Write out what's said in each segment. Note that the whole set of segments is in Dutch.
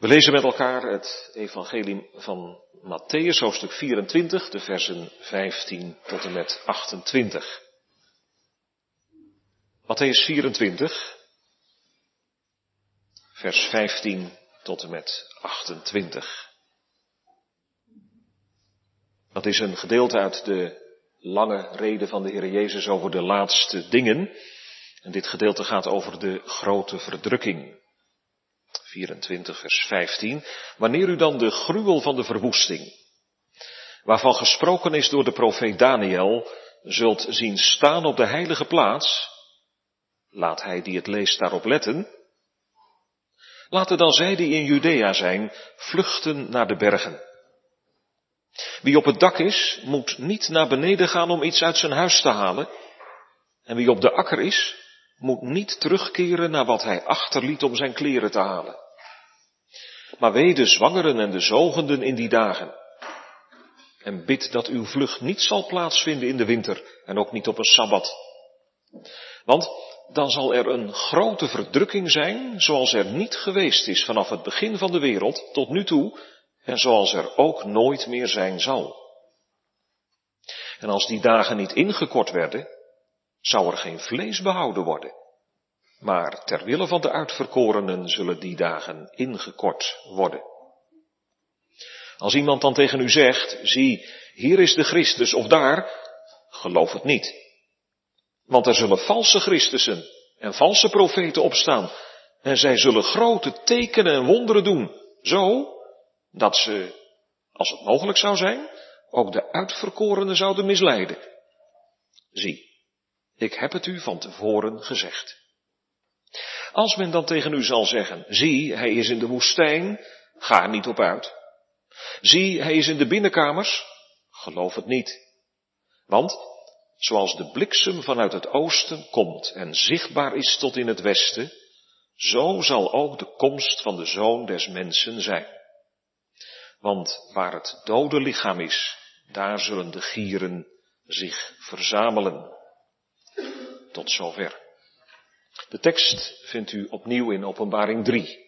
We lezen met elkaar het evangelie van Mattheüs, hoofdstuk 24, de versen 15 tot en met 28. Mattheüs 24, vers 15 tot en met 28. Dat is een gedeelte uit de lange rede van de Heer Jezus over de laatste dingen. En dit gedeelte gaat over de grote verdrukking. 24 vers 15. Wanneer u dan de gruwel van de verwoesting, waarvan gesproken is door de profeet Daniel, zult zien staan op de heilige plaats, laat hij die het leest daarop letten. Laten dan zij die in Judea zijn, vluchten naar de bergen. Wie op het dak is, moet niet naar beneden gaan om iets uit zijn huis te halen. En wie op de akker is, moet niet terugkeren naar wat hij achterliet om zijn kleren te halen. Maar wee de zwangeren en de zogenden in die dagen. En bid dat uw vlucht niet zal plaatsvinden in de winter en ook niet op een sabbat. Want dan zal er een grote verdrukking zijn, zoals er niet geweest is vanaf het begin van de wereld tot nu toe, en zoals er ook nooit meer zijn zal. En als die dagen niet ingekort werden, zou er geen vlees behouden worden. Maar ter wille van de uitverkorenen zullen die dagen ingekort worden. Als iemand dan tegen u zegt, zie, hier is de Christus of daar, geloof het niet. Want er zullen valse Christussen en valse profeten opstaan. En zij zullen grote tekenen en wonderen doen. Zo, dat ze, als het mogelijk zou zijn, ook de uitverkorenen zouden misleiden. Zie, ik heb het u van tevoren gezegd. Als men dan tegen u zal zeggen, zie, hij is in de woestijn, ga er niet op uit. Zie, hij is in de binnenkamers, geloof het niet. Want, zoals de bliksem vanuit het oosten komt en zichtbaar is tot in het westen, zo zal ook de komst van de Zoon des Mensen zijn. Want waar het dode lichaam is, daar zullen de gieren zich verzamelen. Tot zover. De tekst vindt u opnieuw in Openbaring 3.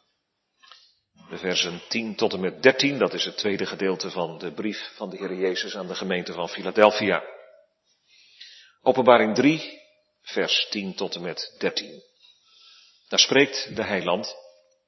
De versen 10 tot en met 13, dat is het tweede gedeelte van de brief van de Heer Jezus aan de gemeente van Philadelphia. Openbaring 3, vers 10 tot en met 13. Daar spreekt de Heiland.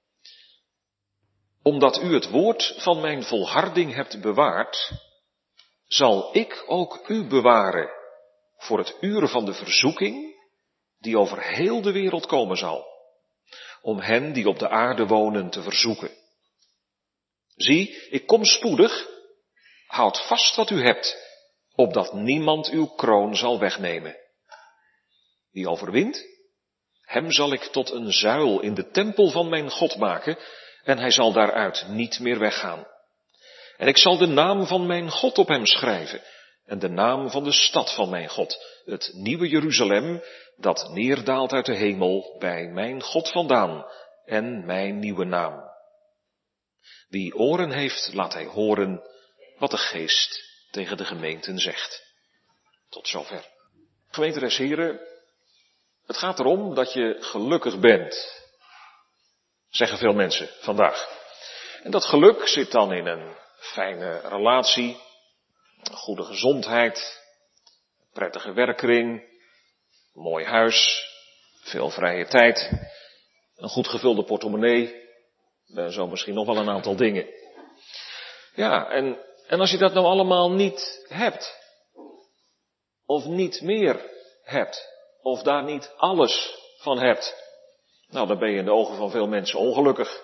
Omdat u het woord van mijn volharding hebt bewaard, zal ik ook u bewaren voor het uur van de verzoeking die over heel de wereld komen zal, om hen die op de aarde wonen te verzoeken. Zie, ik kom spoedig, houd vast wat u hebt, opdat niemand uw kroon zal wegnemen. Wie overwint, hem zal ik tot een zuil in de tempel van mijn God maken, en hij zal daaruit niet meer weggaan. En ik zal de naam van mijn God op hem schrijven, en de naam van de stad van mijn God, het nieuwe Jeruzalem, dat neerdaalt uit de hemel bij mijn God vandaan, en mijn nieuwe naam. Wie oren heeft, laat hij horen wat de Geest tegen de gemeenten zegt. Tot zover. Gemeente des Heren, het gaat erom dat je gelukkig bent, zeggen veel mensen vandaag. En dat geluk zit dan in een fijne relatie, een goede gezondheid, een prettige werkkring, een mooi huis, veel vrije tijd, een goed gevulde portemonnee, zo misschien nog wel een aantal dingen. Ja, en als je dat nou allemaal niet hebt, of niet meer hebt, of daar niet alles van hebt, nou dan ben je in de ogen van veel mensen ongelukkig.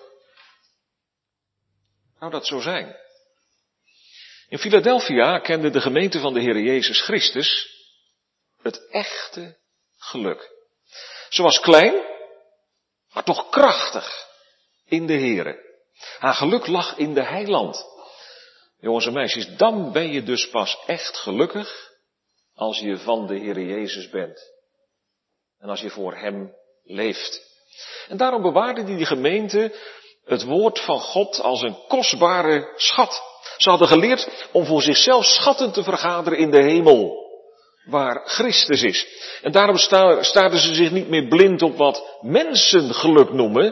Nou dat zo zijn. In Philadelphia kende de gemeente van de Heer Jezus Christus het echte geluk. Ze was klein, maar toch krachtig in de Heere. Haar geluk lag in de heiland. Jongens en meisjes, dan ben je dus pas echt gelukkig als je van de Heer Jezus bent. En als je voor hem leeft. En daarom bewaarde die gemeente het woord van God als een kostbare schat. Ze hadden geleerd om voor zichzelf schatten te vergaderen in de hemel, waar Christus is. En daarom staarden ze zich niet meer blind op wat mensen geluk noemen,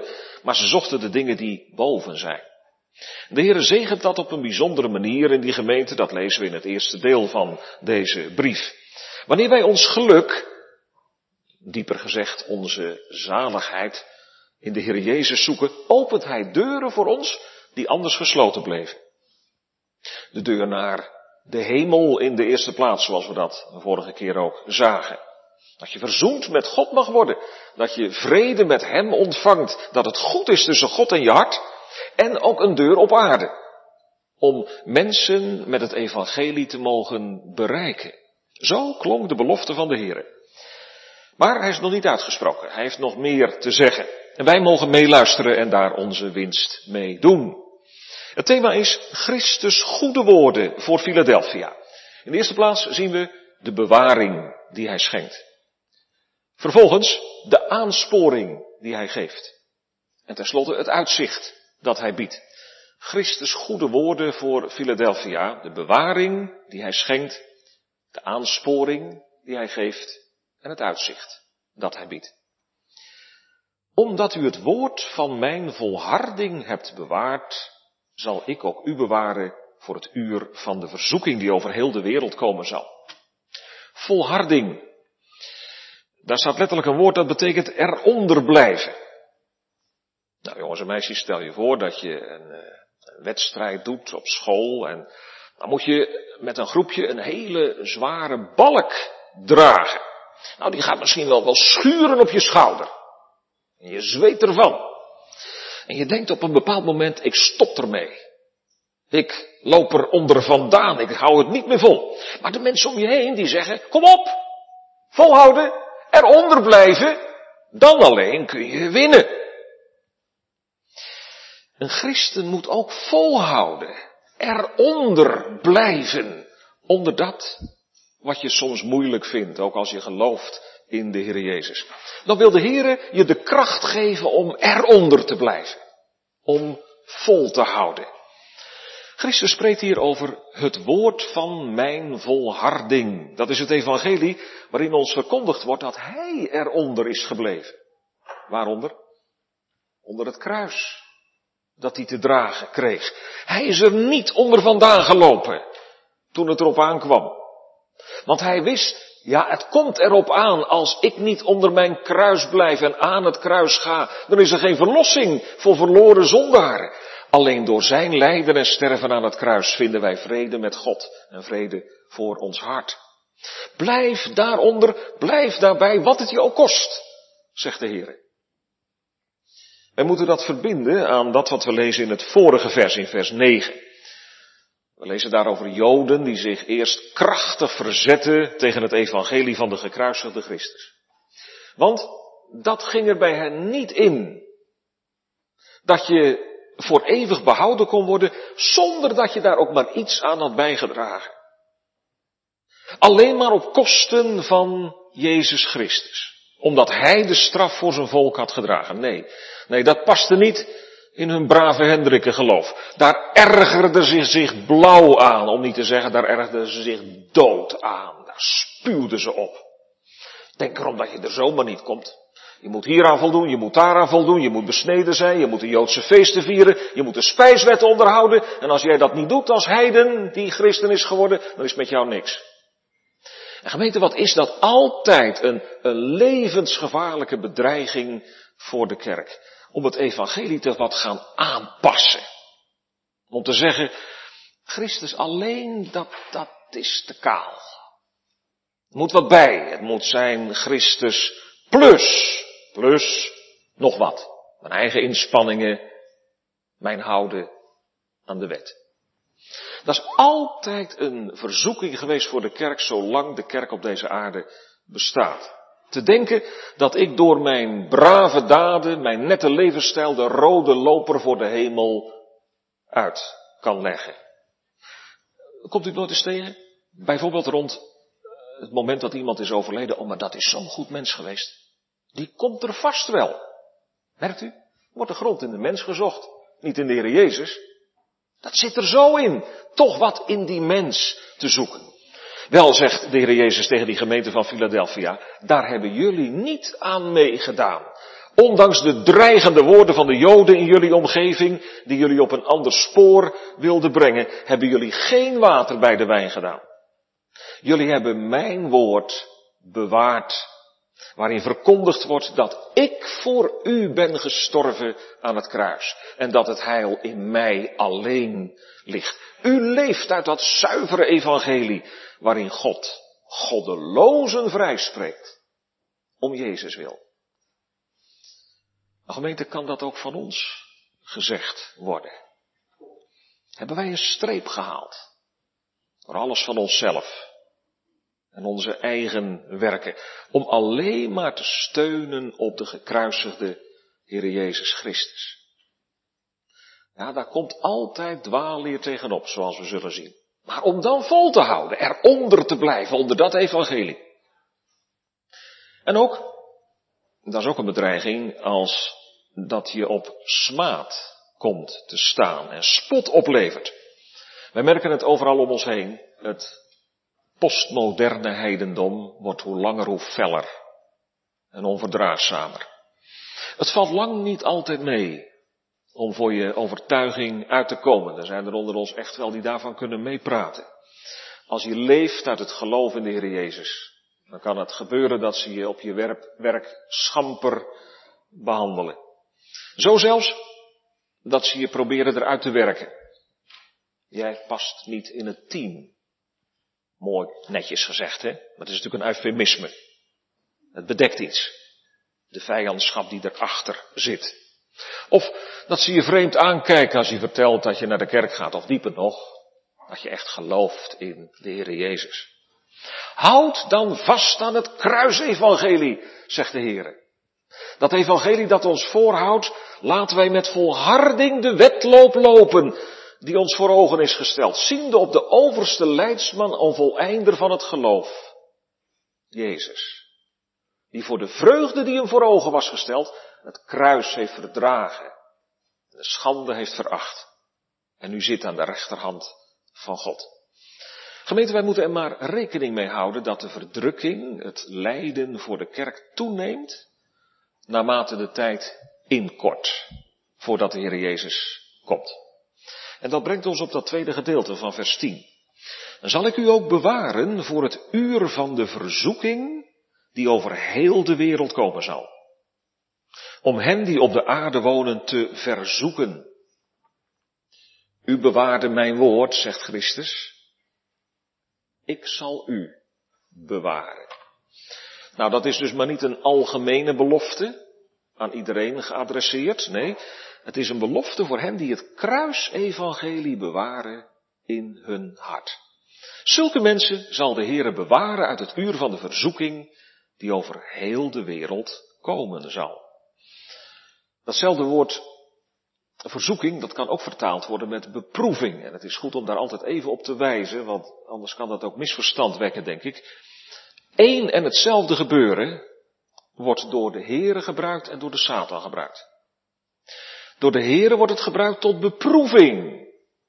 maar ze zochten de dingen die boven zijn. De Heere zegent dat op een bijzondere manier in die gemeente, dat lezen we in het eerste deel van deze brief. Wanneer wij ons geluk, dieper gezegd onze zaligheid, in de Heer Jezus zoeken, opent Hij deuren voor ons die anders gesloten bleven. De deur naar de hemel in de eerste plaats, zoals we dat de vorige keer ook zagen. Dat je verzoend met God mag worden, dat je vrede met Hem ontvangt, dat het goed is tussen God en je hart, en ook een deur op aarde, om mensen met het evangelie te mogen bereiken. Zo klonk de belofte van de Heer. Maar Hij is nog niet uitgesproken, Hij heeft nog meer te zeggen. En wij mogen meeluisteren en daar onze winst mee doen. Het thema is Christus goede woorden voor Philadelphia. In de eerste plaats zien we de bewaring die Hij schenkt. Vervolgens de aansporing die Hij geeft. En tenslotte het uitzicht dat Hij biedt. Christus goede woorden voor Philadelphia, de bewaring die Hij schenkt, de aansporing die Hij geeft en het uitzicht dat Hij biedt. Omdat u het woord van mijn volharding hebt bewaard, zal ik ook u bewaren voor het uur van de verzoeking die over heel de wereld komen zal. Volharding. Daar staat letterlijk een woord dat betekent eronder blijven. Nou jongens en meisjes, stel je voor dat je een wedstrijd doet op school en dan moet je met een groepje een hele zware balk dragen. Nou die gaat misschien wel schuren op je schouder. En je zweet ervan. En je denkt op een bepaald moment, ik stop ermee. Ik loop er onder vandaan, ik hou het niet meer vol. Maar de mensen om je heen die zeggen, kom op, volhouden, eronder blijven, dan alleen kun je winnen. Een christen moet ook volhouden, eronder blijven, onder dat wat je soms moeilijk vindt, ook als je gelooft in de Heer Jezus. Dan wil de Heer je de kracht geven om eronder te blijven, om vol te houden. Christus spreekt hier over het woord van mijn volharding. Dat is het evangelie waarin ons verkondigd wordt dat Hij eronder is gebleven. Waaronder? Onder het kruis dat Hij te dragen kreeg. Hij is er niet onder vandaan gelopen toen het erop aankwam. Want Hij wist, ja, het komt erop aan als ik niet onder mijn kruis blijf en aan het kruis ga, dan is er geen verlossing voor verloren zondaren. Alleen door zijn lijden en sterven aan het kruis vinden wij vrede met God en vrede voor ons hart. Blijf daaronder, blijf daarbij, wat het je ook kost, zegt de Heer. Wij moeten dat verbinden aan dat wat we lezen in het vorige vers, in vers 9. We lezen daar over Joden die zich eerst krachtig verzetten tegen het evangelie van de gekruisigde Christus. Want dat ging er bij hen niet in. Dat je voor eeuwig behouden kon worden zonder dat je daar ook maar iets aan had bijgedragen. Alleen maar op kosten van Jezus Christus. Omdat Hij de straf voor zijn volk had gedragen. Nee, dat paste niet in hun brave Hendrikken geloof. Daar ergerden ze zich blauw aan, om niet te zeggen, daar ergerden ze zich dood aan. Daar spuwden ze op. Denk erom dat je er zomaar niet komt. Je moet hieraan voldoen, je moet daaraan voldoen, je moet besneden zijn, je moet de Joodse feesten vieren, je moet de spijswetten onderhouden. En als jij dat niet doet als heiden die christen is geworden, dan is met jou niks. En gemeente, wat is dat? Altijd een levensgevaarlijke bedreiging voor de kerk. Om het evangelie te wat gaan aanpassen. Om te zeggen, Christus alleen, dat is te kaal. Er moet wat bij. Het moet zijn Christus plus nog wat. Mijn eigen inspanningen, mijn houden aan de wet. Dat is altijd een verzoeking geweest voor de kerk, zolang de kerk op deze aarde bestaat. Te denken dat ik door mijn brave daden, mijn nette levensstijl, de rode loper voor de hemel uit kan leggen. Komt u het nooit eens tegen? Bijvoorbeeld rond het moment dat iemand is overleden. Oh, maar dat is zo'n goed mens geweest. Die komt er vast wel. Merkt u? Wordt de grond in de mens gezocht. Niet in de Heer Jezus. Dat zit er zo in. Toch wat in die mens te zoeken. Wel, zegt de Heer Jezus tegen die gemeente van Philadelphia, daar hebben jullie niet aan meegedaan. Ondanks de dreigende woorden van de Joden in jullie omgeving, die jullie op een ander spoor wilden brengen, hebben jullie geen water bij de wijn gedaan. Jullie hebben mijn woord bewaard, waarin verkondigd wordt dat ik voor u ben gestorven aan het kruis en dat het heil in mij alleen ligt. U leeft uit dat zuivere evangelie waarin God goddelozen vrijspreekt om Jezus wil. Nou, gemeente, kan dat ook van ons gezegd worden? Hebben wij een streep gehaald door alles van onszelf en onze eigen werken, om alleen maar te steunen op de gekruisigde Heere Jezus Christus? Ja, daar komt altijd dwaalleer tegenop, zoals we zullen zien. Maar om dan vol te houden, eronder te blijven, onder dat evangelie. En ook, dat is ook een bedreiging, als dat je op smaad komt te staan en spot oplevert. Wij merken het overal om ons heen. Het postmoderne heidendom wordt hoe langer hoe feller en onverdraagzamer. Het valt lang niet altijd mee om voor je overtuiging uit te komen. Er zijn er onder ons echt wel die daarvan kunnen meepraten. Als je leeft uit het geloof in de Heer Jezus, dan kan het gebeuren dat ze je op je werk schamper behandelen. Zo zelfs dat ze je proberen eruit te werken. Jij past niet in het team. Mooi, netjes gezegd, hè? Maar het is natuurlijk een eufemisme. Het bedekt iets. De vijandschap die erachter zit. Of dat ze je vreemd aankijken als je vertelt dat je naar de kerk gaat. Of dieper nog, dat je echt gelooft in de Heer Jezus. Houd dan vast aan het kruisevangelie, zegt de Heer. Dat evangelie dat ons voorhoudt, laten wij met volharding de wedloop lopen die ons voor ogen is gesteld, ziende op de overste leidsman en voleinder van het geloof, Jezus, die voor de vreugde die hem voor ogen was gesteld, het kruis heeft verdragen, en de schande heeft veracht, en nu zit aan de rechterhand van God. Gemeente, wij moeten er maar rekening mee houden dat de verdrukking, het lijden voor de kerk toeneemt, naarmate de tijd inkort, voordat de Heer Jezus komt. En dat brengt ons op dat tweede gedeelte van vers 10. Dan zal ik u ook bewaren voor het uur van de verzoeking die over heel de wereld komen zal. Om hen die op de aarde wonen te verzoeken. U bewaarde mijn woord, zegt Christus. Ik zal u bewaren. Nou, dat is dus maar niet een algemene belofte, aan iedereen geadresseerd. Nee, het is een belofte voor hen die het kruisevangelie bewaren in hun hart. Zulke mensen zal de Heere bewaren uit het uur van de verzoeking die over heel de wereld komen zal. Datzelfde woord verzoeking, dat kan ook vertaald worden met beproeving. En het is goed om daar altijd even op te wijzen, want anders kan dat ook misverstand wekken, denk ik. Eén en hetzelfde gebeuren wordt door de Heere gebruikt en door de Satan gebruikt. Door de Heere wordt het gebruikt tot beproeving.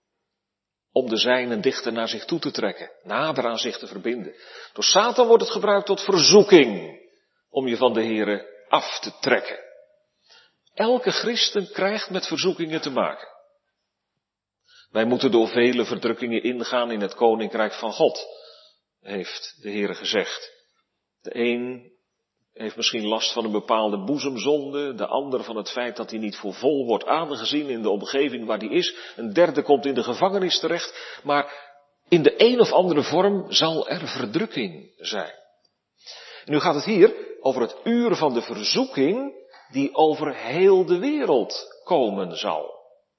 Om de zijnen dichter naar zich toe te trekken, nader aan zich te verbinden. Door Satan wordt het gebruikt tot verzoeking. Om je van de Heere af te trekken. Elke christen krijgt met verzoekingen te maken. Wij moeten door vele verdrukkingen ingaan in het koninkrijk van God, heeft de Heere gezegd. De een heeft misschien last van een bepaalde boezemzonde, de ander van het feit dat hij niet voor vol wordt aangezien in de omgeving waar hij is, een derde komt in de gevangenis terecht, maar in de een of andere vorm zal er verdrukking zijn. En nu gaat het hier over het uur van de verzoeking die over heel de wereld komen zal.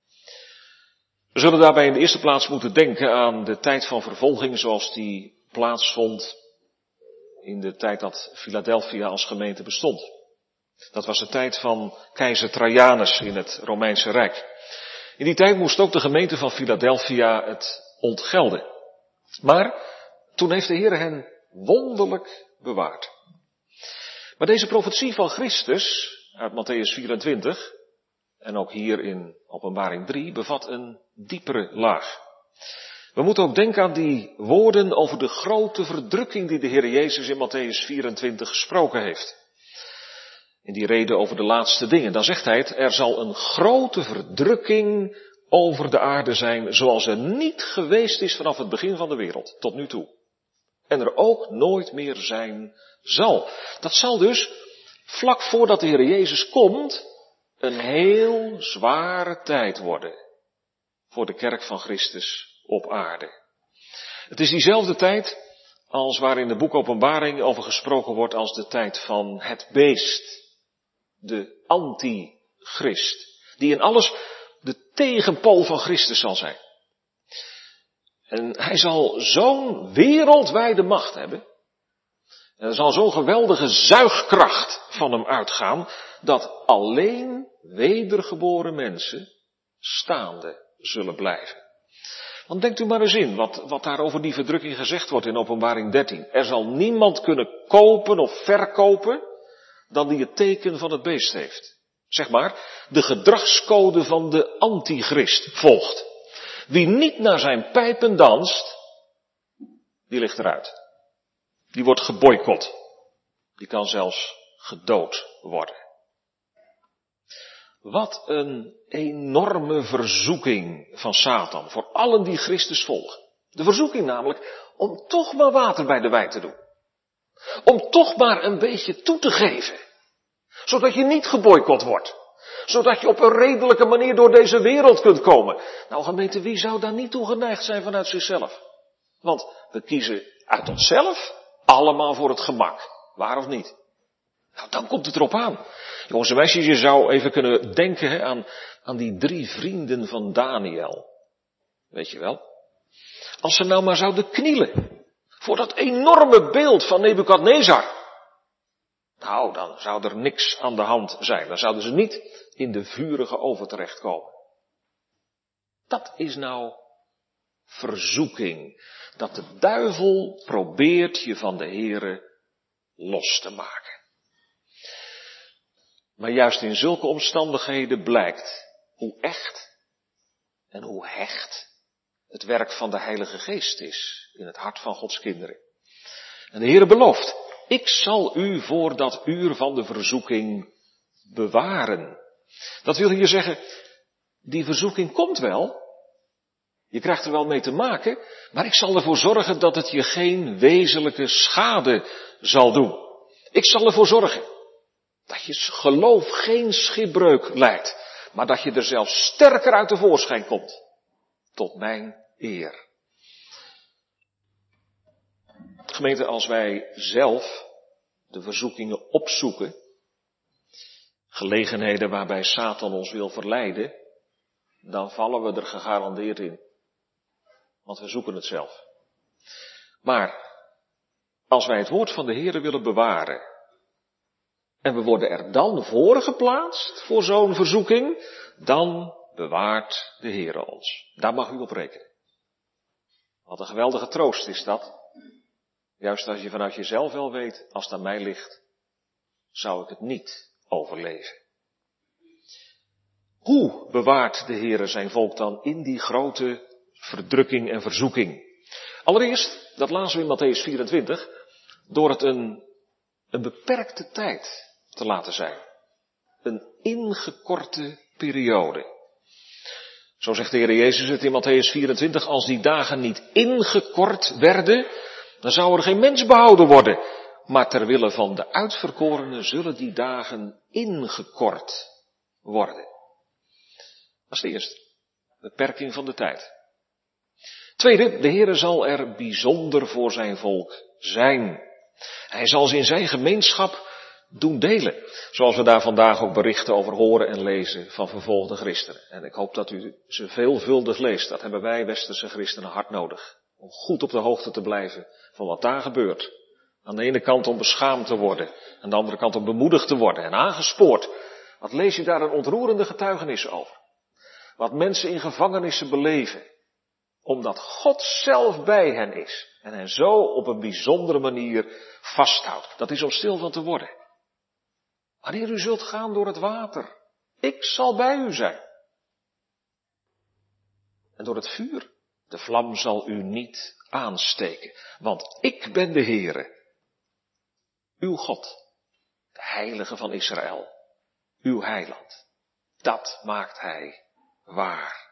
We zullen daarbij in de eerste plaats moeten denken aan de tijd van vervolging zoals die plaatsvond in de tijd dat Philadelphia als gemeente bestond. Dat was de tijd van keizer Trajanus in het Romeinse Rijk. In die tijd moest ook de gemeente van Philadelphia het ontgelden. Maar toen heeft de Heer hen wonderlijk bewaard. Maar deze profetie van Christus uit Matthäus 24 en ook hier in Openbaring 3 bevat een diepere laag. We moeten ook denken aan die woorden over de grote verdrukking die de Heer Jezus in Matthäus 24 gesproken heeft. in die reden over de laatste dingen. Dan zegt hij het, er zal een grote verdrukking over de aarde zijn, zoals er niet geweest is vanaf het begin van de wereld, tot nu toe. En er ook nooit meer zijn zal. Dat zal dus, vlak voordat de Heer Jezus komt, een heel zware tijd worden voor de kerk van Christus op aarde. Het is diezelfde tijd als waar in de boek Openbaring over gesproken wordt als de tijd van het beest. De antichrist. Die in alles de tegenpool van Christus zal zijn. En hij zal zo'n wereldwijde macht hebben. En er zal zo'n geweldige zuigkracht van hem uitgaan, dat alleen wedergeboren mensen staande zullen blijven. Want denkt u maar eens in wat daar over die verdrukking gezegd wordt in Openbaring 13. Er zal niemand kunnen kopen of verkopen dan die het teken van het beest heeft. Zeg maar, de gedragscode van de antichrist volgt. Wie niet naar zijn pijpen danst, die ligt eruit. Die wordt geboycott. Die kan zelfs gedood worden. Wat een enorme verzoeking van Satan voor allen die Christus volgen. De verzoeking namelijk om toch maar water bij de wijn te doen. Om toch maar een beetje toe te geven. Zodat je niet geboycott wordt. Zodat je op een redelijke manier door deze wereld kunt komen. Nou gemeente, wie zou daar niet toe geneigd zijn vanuit zichzelf? Want we kiezen uit onszelf allemaal voor het gemak. Waar of niet? Nou, dan komt het erop aan. Jongens en meisjes, je zou even kunnen denken aan die 3 vrienden van Daniel. Weet je wel? Als ze nou maar zouden knielen voor dat enorme beeld van Nebukadnezar. Nou, dan zou er niks aan de hand zijn. Dan zouden ze niet in de vurige oven terechtkomen. Dat is nou verzoeking. Dat de duivel probeert je van de Here los te maken. Maar juist in zulke omstandigheden blijkt hoe echt en hoe hecht het werk van de Heilige Geest is in het hart van Gods kinderen. En de Heere belooft, ik zal u voor dat uur van de verzoeking bewaren. Dat wil hier zeggen, die verzoeking komt wel. Je krijgt er wel mee te maken, maar ik zal ervoor zorgen dat het je geen wezenlijke schade zal doen. Ik zal ervoor zorgen dat je geloof geen schipbreuk lijdt, maar dat je er zelfs sterker uit tevoorschijn komt. Tot mijn eer. Gemeente, als wij zelf de verzoekingen opzoeken, gelegenheden waarbij Satan ons wil verleiden, dan vallen we er gegarandeerd in. Want we zoeken het zelf. Maar als wij het woord van de Heere willen bewaren, en we worden er dan voor geplaatst, voor zo'n verzoeking, dan bewaart de Heere ons. Daar mag u op rekenen. Wat een geweldige troost is dat. Juist als je vanuit jezelf wel weet, als het aan mij ligt, zou ik het niet overleven. Hoe bewaart de Heere zijn volk dan in die grote verdrukking en verzoeking? Allereerst, dat lazen we in Mattheüs 24, door het een beperkte tijd te laten zijn. Een ingekorte periode. Zo zegt de Heer Jezus het in Mattheüs 24, als die dagen niet ingekort werden, dan zou er geen mens behouden worden. Maar ter wille van de uitverkorenen zullen die dagen ingekort worden. Dat is de eerste. Beperking van de tijd. Tweede, de Heere zal er bijzonder voor zijn volk zijn. Hij zal ze in zijn gemeenschap doen delen. Zoals we daar vandaag ook berichten over horen en lezen van vervolgde christenen. En ik hoop dat u ze veelvuldig leest. Dat hebben wij westerse christenen hard nodig. Om goed op de hoogte te blijven van wat daar gebeurt. Aan de ene kant om beschaamd te worden. Aan de andere kant om bemoedigd te worden en aangespoord. Wat lees je daar een ontroerende getuigenis over. Wat mensen in gevangenissen beleven. Omdat God zelf bij hen is. En hen zo op een bijzondere manier vasthoudt. Dat is om stil van te worden. Wanneer u zult gaan door het water. Ik zal bij u zijn. En door het vuur. De vlam zal u niet aansteken. Want ik ben de Heere. Uw God. De heilige van Israël. Uw heiland. Dat maakt hij waar.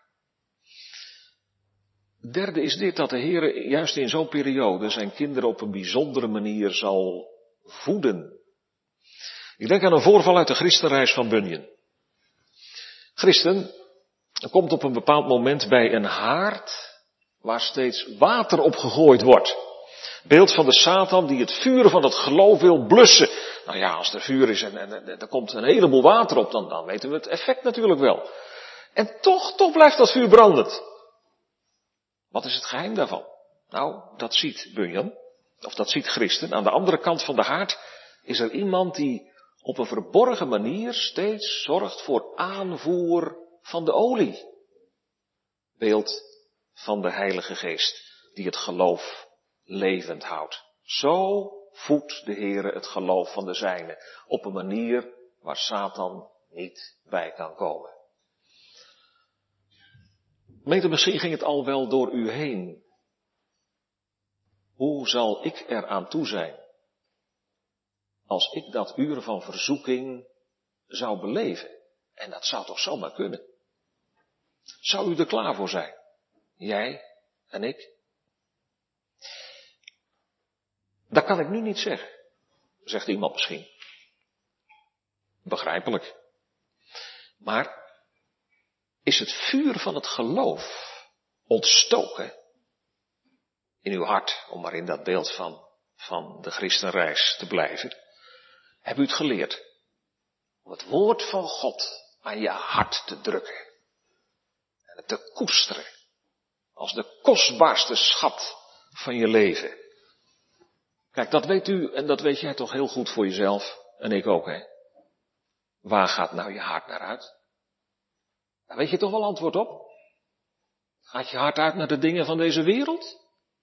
Het derde is dit, dat de Heer juist in zo'n periode zijn kinderen op een bijzondere manier zal voeden. Ik denk aan een voorval uit de Christenreis van Bunyan. Christen komt op een bepaald moment bij een haard waar steeds water op gegooid wordt. Beeld van de Satan die het vuur van het geloof wil blussen. Nou ja, als er vuur is en er komt een heleboel water op, dan weten we het effect natuurlijk wel. En toch blijft dat vuur brandend. Wat is het geheim daarvan? Nou, dat ziet Bunyan, of dat ziet Christen. Aan de andere kant van de haard is er iemand die op een verborgen manier steeds zorgt voor aanvoer van de olie. Beeld van de Heilige Geest die het geloof levend houdt. Zo voedt de Heere het geloof van de zijnen op een manier waar Satan niet bij kan komen. Gemeente, misschien ging het al wel door u heen. Hoe zal ik er aan toe zijn als ik dat uur van verzoeking zou beleven? En dat zou toch zomaar kunnen? Zou u er klaar voor zijn? Jij en ik? Dat kan ik nu niet zeggen, zegt iemand misschien. Begrijpelijk. Maar is het vuur van het geloof ontstoken in uw hart, om maar in dat beeld van de Christenreis te blijven? Heb u het geleerd om het woord van God aan je hart te drukken en het te koesteren als de kostbaarste schat van je leven? Kijk, dat weet u en dat weet jij toch heel goed voor jezelf en ik ook, hè? Waar gaat nou je hart naar uit? Daar weet je toch wel antwoord op? Gaat je hart uit naar de dingen van deze wereld?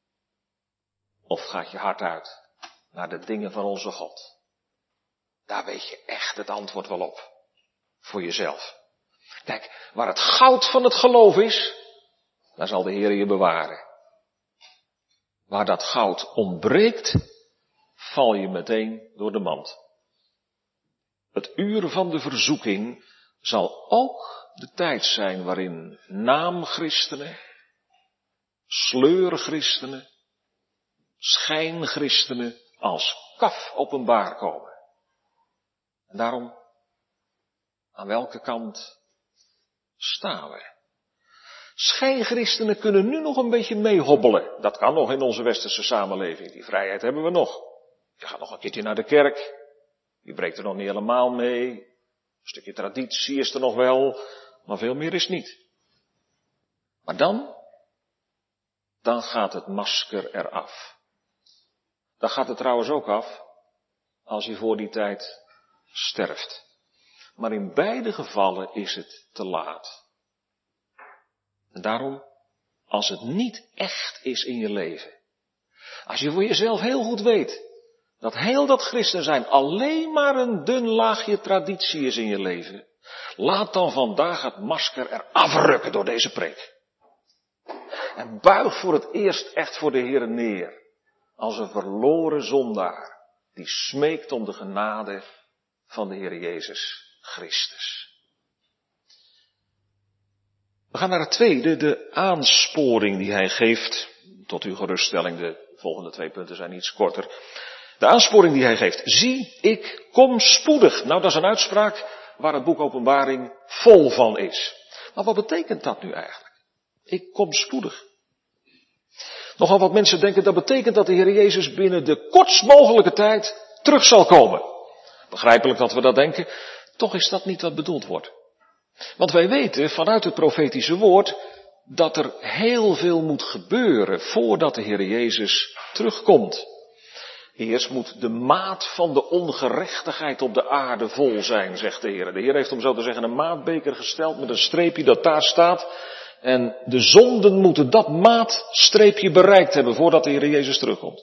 Of gaat je hart uit naar de dingen van onze God? Daar weet je echt het antwoord wel op. Voor jezelf. Kijk, waar het goud van het geloof is, daar zal de Heer je bewaren. Waar dat goud ontbreekt, val je meteen door de mand. Het uur van de verzoeking zal ook de tijd zijn waarin naamchristenen, sleurchristenen, schijnchristenen als kaf openbaar komen. En daarom, aan welke kant staan we? Schijnchristenen kunnen nu nog een beetje meehobbelen. Dat kan nog in onze westerse samenleving. Die vrijheid hebben we nog. Je gaat nog een keertje naar de kerk. Je breekt er nog niet helemaal mee. Een stukje traditie is er nog wel. Maar veel meer is niet. Maar dan gaat het masker eraf. Dan gaat het trouwens ook af als je voor die tijd sterft. Maar in beide gevallen is het te laat. En daarom, als het niet echt is in je leven, als je voor jezelf heel goed weet dat heel dat christen zijn alleen maar een dun laagje traditie is in je leven, laat dan vandaag het masker eraf rukken door deze preek. En buig voor het eerst echt voor de Heere neer, als een verloren zondaar die smeekt om de genade van de Heer Jezus Christus. We gaan naar het tweede, de aansporing die hij geeft. Tot uw geruststelling, de volgende 2 punten zijn iets korter. De aansporing die hij geeft. Zie, ik kom spoedig. Nou, dat is een uitspraak waar het boek Openbaring vol van is. Maar wat betekent dat nu eigenlijk? Ik kom spoedig. Nogal wat mensen denken dat betekent dat de Heer Jezus binnen de kortst mogelijke tijd terug zal komen. Begrijpelijk dat we dat denken. Toch is dat niet wat bedoeld wordt. Want wij weten vanuit het profetische woord dat er heel veel moet gebeuren voordat de Heer Jezus terugkomt. Eerst moet de maat van de ongerechtigheid op de aarde vol zijn, zegt de Heer. De Heer heeft om zo te zeggen een maatbeker gesteld met een streepje dat daar staat. En de zonden moeten dat maatstreepje bereikt hebben voordat de Heer Jezus terugkomt.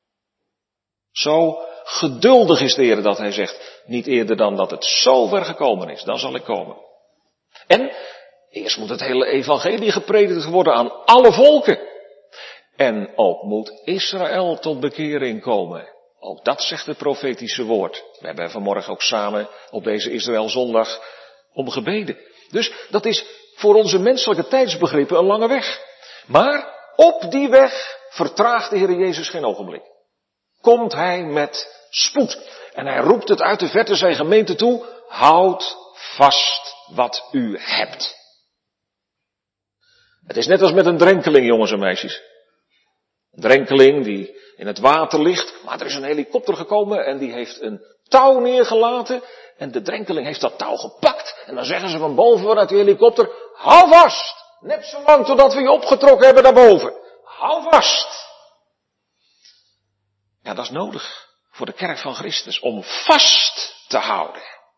Zo geduldig is de Heer dat hij zegt, niet eerder dan dat het zo ver gekomen is, dan zal ik komen. En eerst moet het hele evangelie gepredikt worden aan alle volken. En ook moet Israël tot bekering komen. Ook dat zegt het profetische woord. We hebben vanmorgen ook samen op deze Israëlzondag om gebeden. Dus dat is voor onze menselijke tijdsbegrippen een lange weg. Maar op die weg vertraagt de Heer Jezus geen ogenblik. Komt Hij met spoed. En Hij roept het uit de verte zijn gemeente toe. Houd vast wat u hebt. Het is net als met een drenkeling, jongens en meisjes. Een drenkeling die in het water ligt, maar er is een helikopter gekomen en die heeft een touw neergelaten. En de drenkeling heeft dat touw gepakt. En dan zeggen ze van boven vanuit die helikopter, hou vast! Net zo lang totdat we je opgetrokken hebben daarboven. Hou vast! Ja, dat is nodig voor de kerk van Christus, om vast te houden.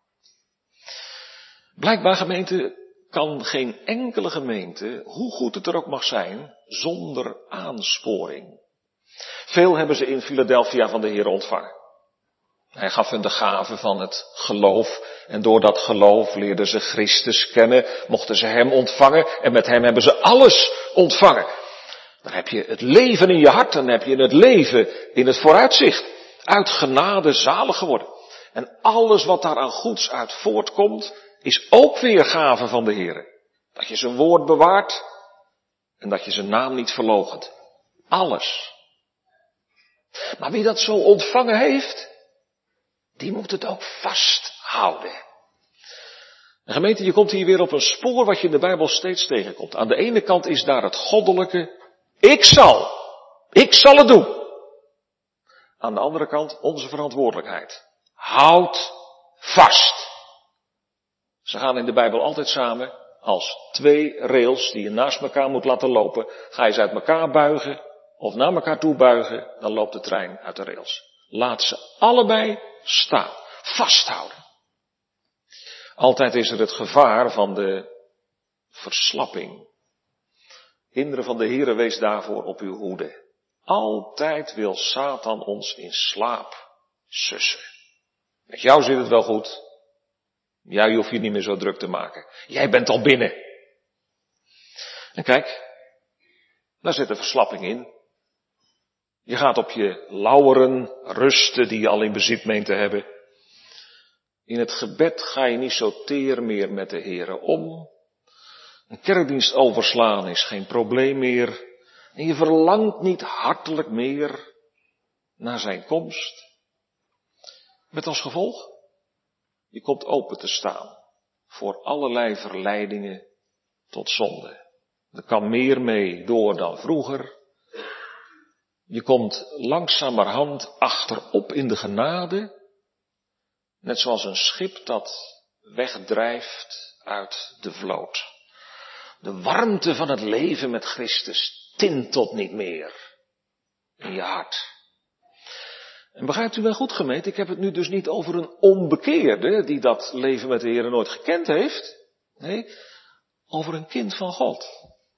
Blijkbaar, gemeente, kan geen enkele gemeente, hoe goed het er ook mag zijn, zonder aansporing. Veel hebben ze in Philadelphia van de Heer ontvangen. Hij gaf hun de gave van het geloof en door dat geloof leerden ze Christus kennen, mochten ze Hem ontvangen en met Hem hebben ze alles ontvangen. Dan heb je het leven in je hart, dan heb je het leven in het vooruitzicht. Uit genade zalig geworden. En alles wat daar aan goeds uit voortkomt, is ook weer gave van de Heer. Dat je zijn woord bewaart en dat je zijn naam niet verloochent. Alles. Maar wie dat zo ontvangen heeft, die moet het ook vasthouden. En gemeente, je komt hier weer op een spoor wat je in de Bijbel steeds tegenkomt. Aan de ene kant is daar het goddelijke, ik zal het doen. Aan de andere kant onze verantwoordelijkheid. Houd vast. Ze gaan in de Bijbel altijd samen als twee rails die je naast elkaar moet laten lopen. Ga je ze uit elkaar buigen of naar elkaar toe buigen, dan loopt de trein uit de rails. Laat ze allebei staan. Vasthouden. Altijd is er het gevaar van de verslapping. Kinderen van de Heere, wees daarvoor op uw hoede. Altijd wil Satan ons in slaap sussen. Met jou zit het wel goed. Jij hoeft je niet meer zo druk te maken. Jij bent al binnen. En kijk, daar zit de verslapping in. Je gaat op je lauweren rusten die je al in bezit meent te hebben. In het gebed ga je niet zo teer meer met de Heere om. Een kerkdienst overslaan is geen probleem meer. En je verlangt niet hartelijk meer naar zijn komst. Met als gevolg, je komt open te staan voor allerlei verleidingen tot zonde. Er kan meer mee door dan vroeger. Je komt langzamerhand achterop in de genade. Net zoals een schip dat wegdrijft uit de vloot. De warmte van het leven met Christus tintelt niet meer in je hart. En begrijpt u wel goed, gemeente, ik heb het nu dus niet over een onbekeerde die dat leven met de Heer nooit gekend heeft. Nee, over een kind van God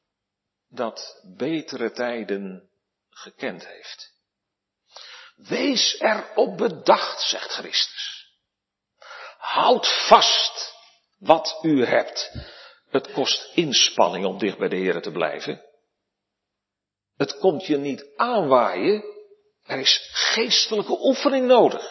dat betere tijden gekend heeft. Wees erop bedacht, zegt Christus. Houd vast wat u hebt. Het kost inspanning om dicht bij de Heer te blijven. Het komt je niet aanwaaien. Er is geestelijke oefening nodig.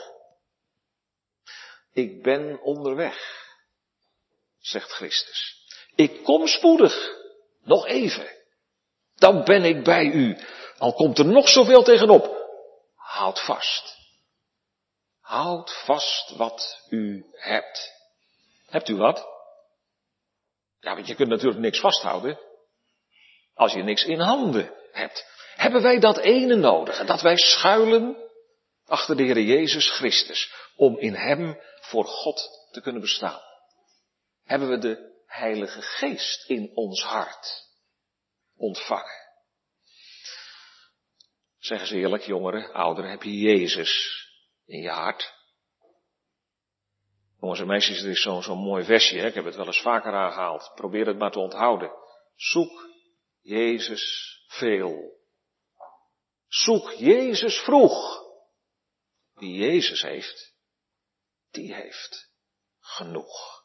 Ik ben onderweg, zegt Christus. Ik kom spoedig. Nog even. Dan ben ik bij u. Al komt er nog zoveel tegenop. Houd vast. Houd vast wat u hebt. Hebt u wat? Ja, want je kunt natuurlijk niks vasthouden als je niks in handen hebt. Hebben wij dat ene nodig? Dat wij schuilen achter de Heer Jezus Christus. Om in Hem voor God te kunnen bestaan. Hebben we de Heilige Geest in ons hart ontvangen. Zeggen ze eerlijk, jongeren, ouderen, heb je Jezus in je hart? Jongens en meisjes, er is zo'n mooi versje, hè? Ik heb het wel eens vaker aangehaald. Probeer het maar te onthouden. Zoek Jezus veel. Zoek Jezus vroeg. Wie Jezus heeft, die heeft genoeg.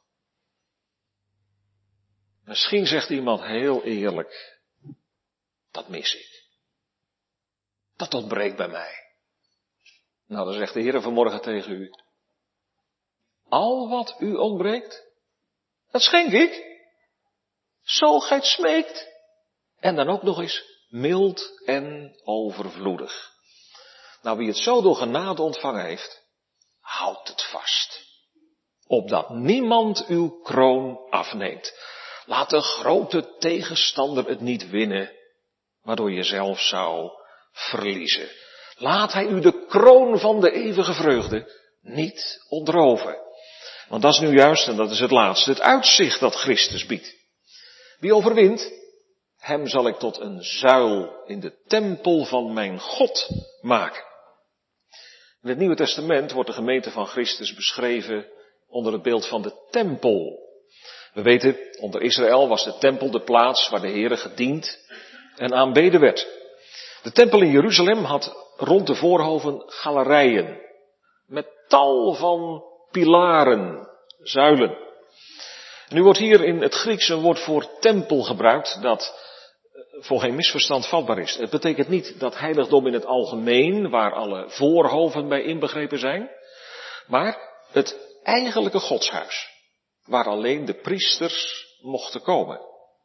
Misschien zegt iemand heel eerlijk, dat mis ik. Dat ontbreekt bij mij. Nou, dan zegt de Heer vanmorgen tegen u. Al wat u ontbreekt, dat schenk ik. Zo gij het smeekt. En dan ook nog eens mild en overvloedig. Nou, wie het zo door genade ontvangen heeft, houdt het vast. Opdat niemand uw kroon afneemt. Laat de grote tegenstander het niet winnen, waardoor je zelf zou verliezen. Laat hij u de kroon van de eeuwige vreugde niet ontroven. Want dat is nu juist, en dat is het laatste, het uitzicht dat Christus biedt. Wie overwint, hem zal ik tot een zuil in de tempel van mijn God maken. In het Nieuwe Testament wordt de gemeente van Christus beschreven onder het beeld van de tempel. We weten, onder Israël was de tempel de plaats waar de Heere gediend en aanbeden werd. De tempel in Jeruzalem had rond de voorhoven galerijen met tal van pilaren, zuilen. En nu wordt hier in het Grieks een woord voor tempel gebruikt dat voor geen misverstand vatbaar is. Het betekent niet dat heiligdom in het algemeen, waar alle voorhoven bij inbegrepen zijn, maar het eigenlijke godshuis, waar alleen de priesters mochten komen.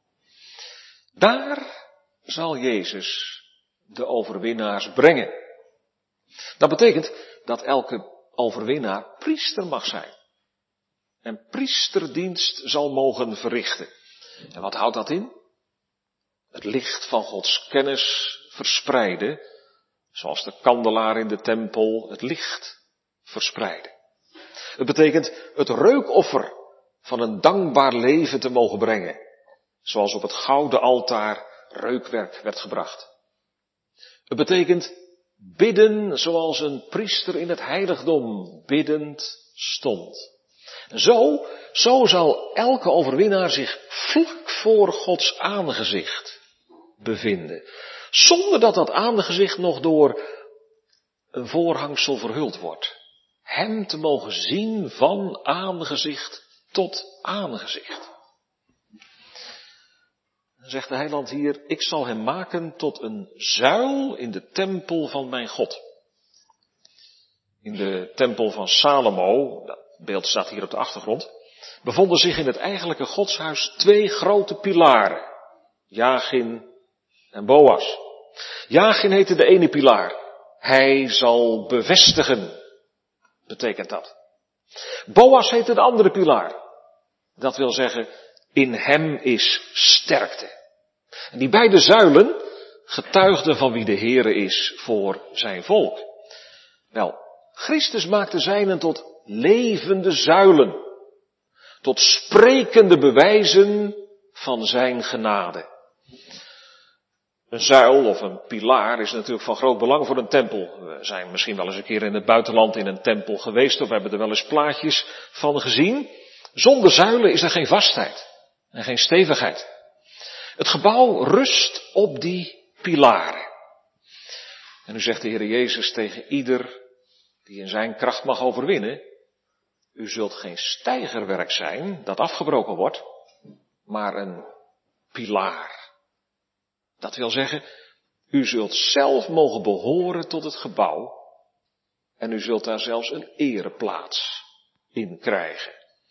Daar zal Jezus de overwinnaars brengen. Dat betekent dat elke overwinnaar priester mag zijn. En priesterdienst zal mogen verrichten. En wat houdt dat in? Het licht van Gods kennis verspreiden, zoals de kandelaar in de tempel het licht verspreidde. Het betekent het reukoffer van een dankbaar leven te mogen brengen, zoals op het gouden altaar reukwerk werd gebracht. Het betekent bidden zoals een priester in het heiligdom biddend stond. En zo zal elke overwinnaar zich vlak voor Gods aangezicht bevinden. Zonder dat dat aangezicht nog door een voorhangsel verhuld wordt. Hem te mogen zien van aangezicht tot aangezicht. Dan zegt de heiland hier, ik zal hem maken tot een zuil in de tempel van mijn God. In de tempel van Salomo, dat beeld staat hier op de achtergrond, bevonden zich in het eigenlijke godshuis 2 grote pilaren. Jachin en Boas. Jachin heette de ene pilaar. Hij zal bevestigen, betekent dat. Boas heette de andere pilaar. Dat wil zeggen, in hem is sterkte. En die beide zuilen getuigden van wie de Heere is voor zijn volk. Wel, Christus maakt de zijnen tot levende zuilen. Tot sprekende bewijzen van zijn genade. Een zuil of een pilaar is natuurlijk van groot belang voor een tempel. We zijn misschien wel eens een keer in het buitenland in een tempel geweest of we hebben er wel eens plaatjes van gezien. Zonder zuilen is er geen vastheid en geen stevigheid. Het gebouw rust op die pilaren. En nu zegt de Heer Jezus tegen ieder die in zijn kracht mag overwinnen, u zult geen steigerwerk zijn dat afgebroken wordt, maar een pilaar. Dat wil zeggen, u zult zelf mogen behoren tot het gebouw en u zult daar zelfs een ereplaats in krijgen.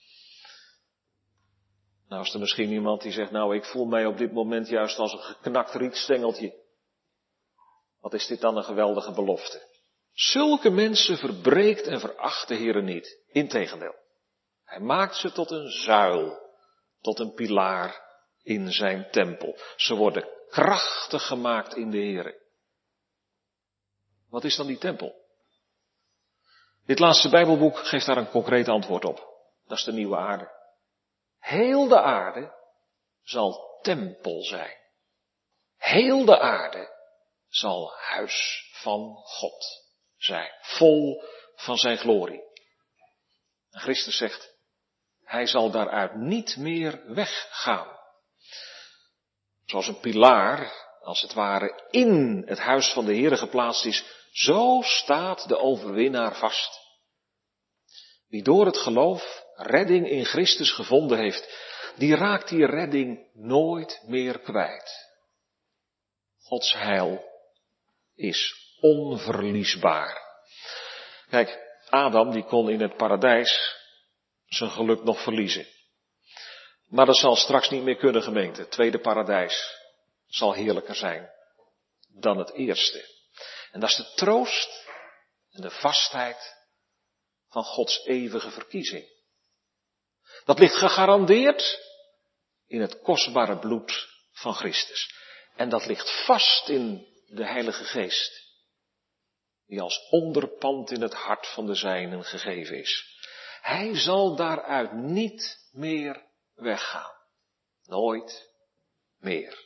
Nou is er misschien iemand die zegt, nou ik voel mij op dit moment juist als een geknakt rietstengeltje. Wat is dit dan een geweldige belofte. Zulke mensen verbreekt en veracht de Heere niet. Integendeel. Hij maakt ze tot een zuil, tot een pilaar in zijn tempel. Ze worden krachtig gemaakt in de Heere. Wat is dan die tempel? Dit laatste Bijbelboek geeft daar een concreet antwoord op. Dat is de nieuwe aarde. Heel de aarde zal tempel zijn. Heel de aarde zal huis van God zijn. Vol van zijn glorie. En Christus zegt, hij zal daaruit niet meer weggaan. Zoals een pilaar, als het ware, in het huis van de Heere geplaatst is, zo staat de overwinnaar vast. Wie door het geloof redding in Christus gevonden heeft, die raakt die redding nooit meer kwijt. Gods heil is onverliesbaar. Kijk, Adam die kon in het paradijs zijn geluk nog verliezen. Maar dat zal straks niet meer kunnen, gemeente. Het tweede paradijs zal heerlijker zijn dan het eerste. En dat is de troost en de vastheid van Gods eeuwige verkiezing. Dat ligt gegarandeerd in het kostbare bloed van Christus. En dat ligt vast in de Heilige Geest, die als onderpand in het hart van de zijnen gegeven is. Hij zal daaruit niet meer weggaan. Nooit meer.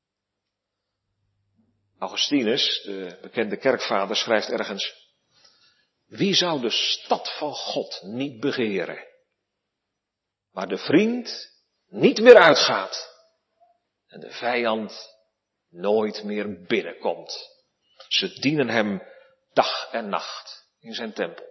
Augustinus, de bekende kerkvader, schrijft ergens: wie zou de stad van God niet begeren, waar de vriend niet meer uitgaat en de vijand nooit meer binnenkomt. Ze dienen hem dag en nacht in zijn tempel.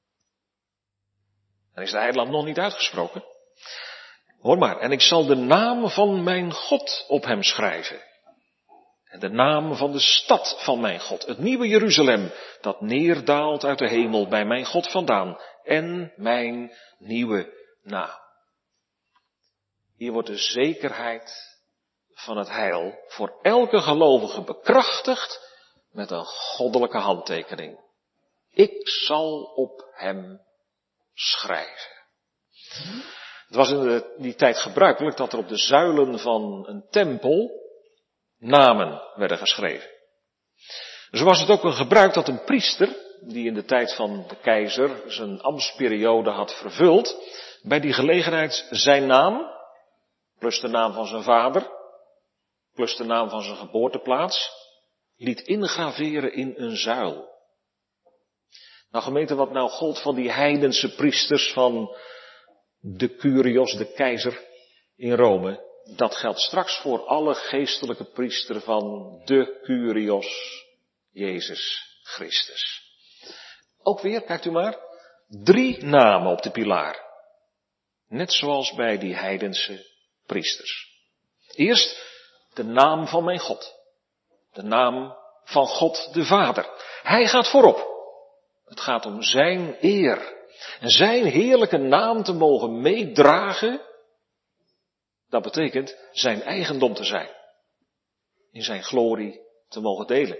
Dan is de heiland nog niet uitgesproken. Hoor maar, en ik zal de naam van mijn God op hem schrijven. En de naam van de stad van mijn God, het nieuwe Jeruzalem, dat neerdaalt uit de hemel bij mijn God vandaan. En mijn nieuwe naam. Hier wordt de zekerheid van het heil voor elke gelovige bekrachtigd met een goddelijke handtekening. Ik zal op hem schrijven. Het was in die tijd gebruikelijk dat er op de zuilen van een tempel namen werden geschreven. Zo was het ook een gebruik dat een priester, die in de tijd van de keizer zijn ambtsperiode had vervuld, bij die gelegenheid zijn naam, plus de naam van zijn vader, plus de naam van zijn geboorteplaats, liet ingraveren in een zuil. Nou gemeente, wat nou gold van die heidense priesters van de Curios, de keizer in Rome, dat geldt straks voor alle geestelijke priester van de Curios, Jezus Christus. Ook weer, kijkt u maar, 3 namen op de pilaar. Net zoals bij die heidense priesters. Eerst de naam van mijn God. De naam van God de Vader. Hij gaat voorop. Het gaat om zijn eer. En zijn heerlijke naam te mogen meedragen, dat betekent zijn eigendom te zijn. In zijn glorie te mogen delen.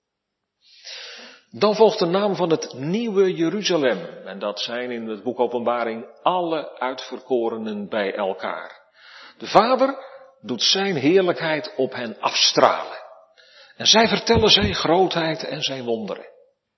Dan volgt de naam van het nieuwe Jeruzalem. En dat zijn in het boek Openbaring alle uitverkorenen bij elkaar. De Vader doet zijn heerlijkheid op hen afstralen. En zij vertellen zijn grootheid en zijn wonderen.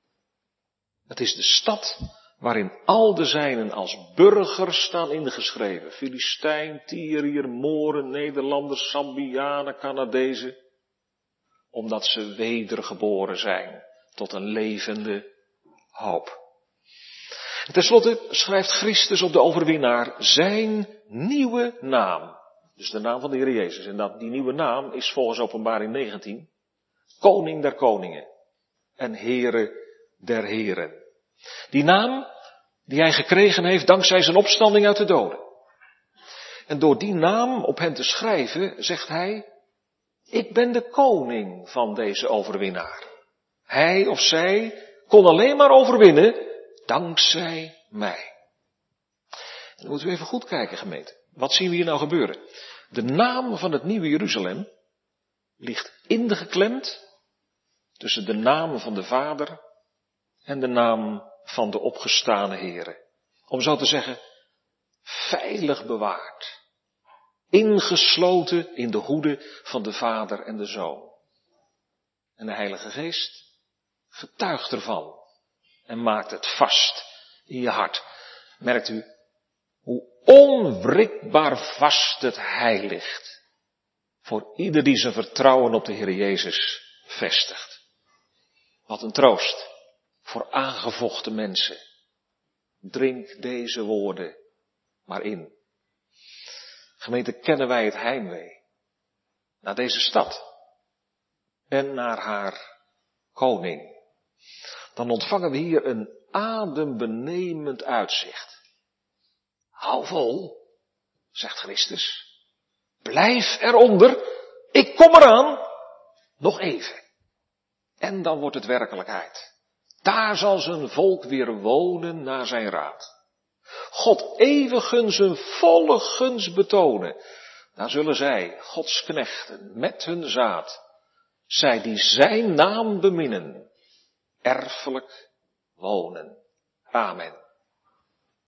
Het is de stad waarin al de zijnen als burgers staan ingeschreven. Filistijn, Tyriër, Mooren, Nederlanders, Sambianen, Canadezen. Omdat ze wedergeboren zijn tot een levende hoop. En tenslotte schrijft Christus op de overwinnaar zijn nieuwe naam. Dus de naam van de Heer Jezus. En die nieuwe naam is volgens Openbaring 19 Koning der Koningen en Heere der Heren. Die naam die hij gekregen heeft dankzij zijn opstanding uit de doden. En door die naam op hem te schrijven zegt hij: ik ben de koning van deze overwinnaar. Hij of zij kon alleen maar overwinnen dankzij mij. En dan moeten we even goed kijken, gemeente. Wat zien we hier nou gebeuren? De naam van het nieuwe Jeruzalem ligt ingeklemd tussen de naam van de Vader en de naam van de opgestane Heere. Om zo te zeggen, veilig bewaard. Ingesloten in de hoede van de Vader en de Zoon. En de Heilige Geest getuigt ervan en maakt het vast in je hart. Merkt u hoe onwrikbaar vast het heil ligt voor ieder die zijn vertrouwen op de Heer Jezus vestigt. Wat een troost voor aangevochten mensen. Drink deze woorden maar in. Gemeente, kennen wij het heimwee naar deze stad en naar haar koning. Dan ontvangen we hier een adembenemend uitzicht. Hou vol, zegt Christus. Blijf eronder. Ik kom eraan. Nog even. En dan wordt het werkelijkheid. Daar zal zijn volk weer wonen naar zijn raad. God eeuwig zijn volle gunst betonen. Daar zullen zij, Gods knechten, met hun zaad, zij die zijn naam beminnen, erfelijk wonen. Amen.